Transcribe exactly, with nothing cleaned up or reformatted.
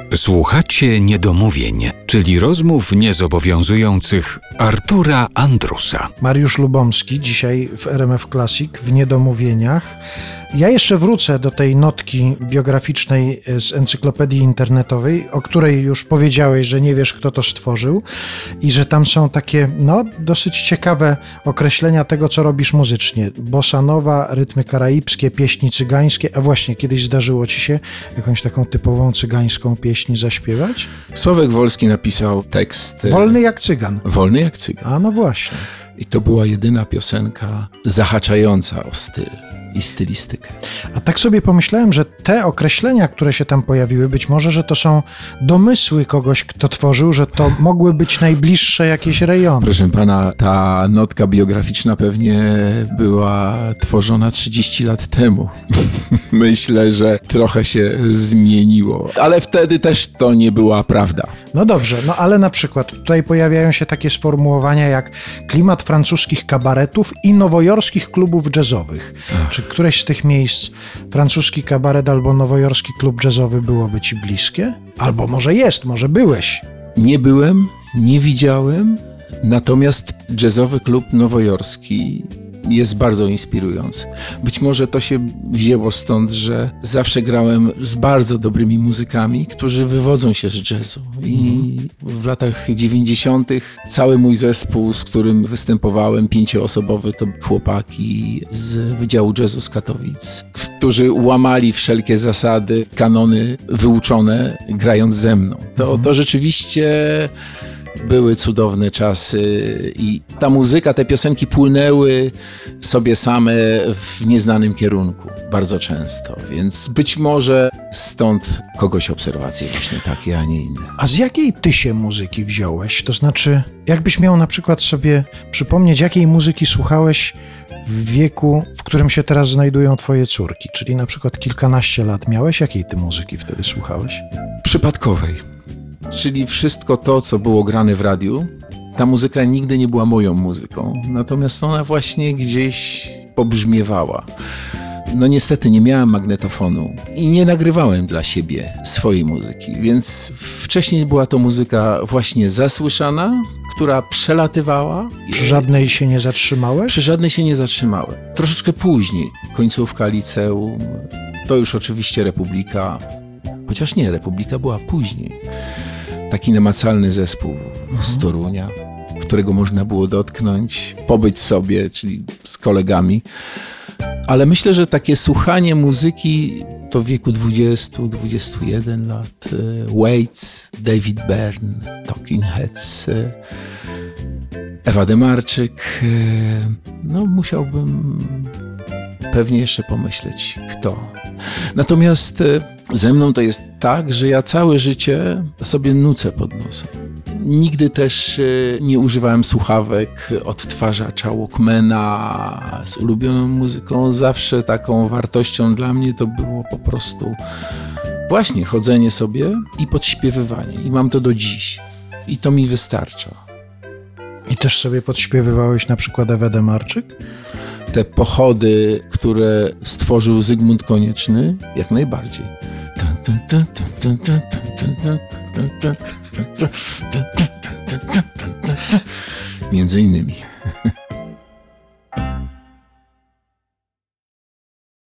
Słuchacie niedomówień, czyli rozmów niezobowiązujących Artura Andrusa. Mariusz Lubomski dzisiaj w R M F Classic w Niedomówieniach. Ja jeszcze wrócę do tej notki biograficznej z encyklopedii internetowej, o której już powiedziałeś, że nie wiesz, kto to stworzył i że tam są takie, no, dosyć ciekawe określenia tego, co robisz muzycznie. Bossa nowa, rytmy karaibskie, pieśni cygańskie. A właśnie, kiedyś zdarzyło ci się jakąś taką typową cygańską pieśń zaśpiewać? Sławek Wolski napisał tekst... Wolny jak cygan. Wolny jak cygan. A no właśnie. I to była jedyna piosenka zahaczająca o styl i stylistykę. A tak sobie pomyślałem, że te określenia, które się tam pojawiły, być może, że to są domysły kogoś, kto tworzył, że to mogły być najbliższe jakieś rejony. Proszę pana, ta notka biograficzna pewnie była tworzona trzydzieści lat temu. Myślę, że trochę się zmieniło, ale wtedy też to nie była prawda. No dobrze, no ale na przykład tutaj pojawiają się takie sformułowania jak klimat francuskich kabaretów i nowojorskich klubów jazzowych. Ach. Czy któreś z tych miejsc, francuski kabaret albo nowojorski klub jazzowy, byłoby ci bliskie? Albo może jest, może byłeś. Nie byłem, nie widziałem, natomiast jazzowy klub nowojorski jest bardzo inspirujący. Być może to się wzięło stąd, że zawsze grałem z bardzo dobrymi muzykami, którzy wywodzą się z jazzu. I w latach dziewięćdziesiątych cały mój zespół, z którym występowałem, pięcioosobowy, to chłopaki z Wydziału Jazzu z Katowic, którzy łamali wszelkie zasady, kanony wyuczone, grając ze mną. To, to rzeczywiście... Były cudowne czasy i ta muzyka, te piosenki płynęły sobie same w nieznanym kierunku bardzo często, więc być może stąd kogoś obserwacje właśnie takie, a nie inne. A z jakiej ty się muzyki wziąłeś? To znaczy, jakbyś miał na przykład sobie przypomnieć, jakiej muzyki słuchałeś w wieku, w którym się teraz znajdują twoje córki, czyli na przykład kilkanaście lat miałeś, jakiej ty muzyki wtedy słuchałeś? Przypadkowej. Czyli wszystko to, co było grane w radiu, ta muzyka nigdy nie była moją muzyką, natomiast ona właśnie gdzieś pobrzmiewała. No niestety nie miałem magnetofonu i nie nagrywałem dla siebie swojej muzyki, więc wcześniej była to muzyka właśnie zasłyszana, która przelatywała. Przy żadnej się nie zatrzymałeś? Przy żadnej się nie zatrzymałem. Troszeczkę później, końcówka liceum, to już oczywiście Republika, chociaż nie, Republika była później. Taki namacalny zespół z Torunia, którego można było dotknąć, pobyć sobie, czyli z kolegami. Ale myślę, że takie słuchanie muzyki to w wieku dwudziestu, dwudziestu jeden lat. Waits, David Byrne, Talking Heads, Ewa Demarczyk. No musiałbym pewnie jeszcze pomyśleć, kto. Natomiast ze mną to jest tak, że ja całe życie sobie nucę pod nosem. Nigdy też nie używałem słuchawek, odtwarzacza Walkmana z ulubioną muzyką. Zawsze taką wartością dla mnie to było po prostu właśnie chodzenie sobie i podśpiewywanie. I mam to do dziś. I to mi wystarcza. I też sobie podśpiewywałeś na przykład Ewę Demarczyk? Te pochody, które stworzył Zygmunt Konieczny, jak najbardziej. Między innymi.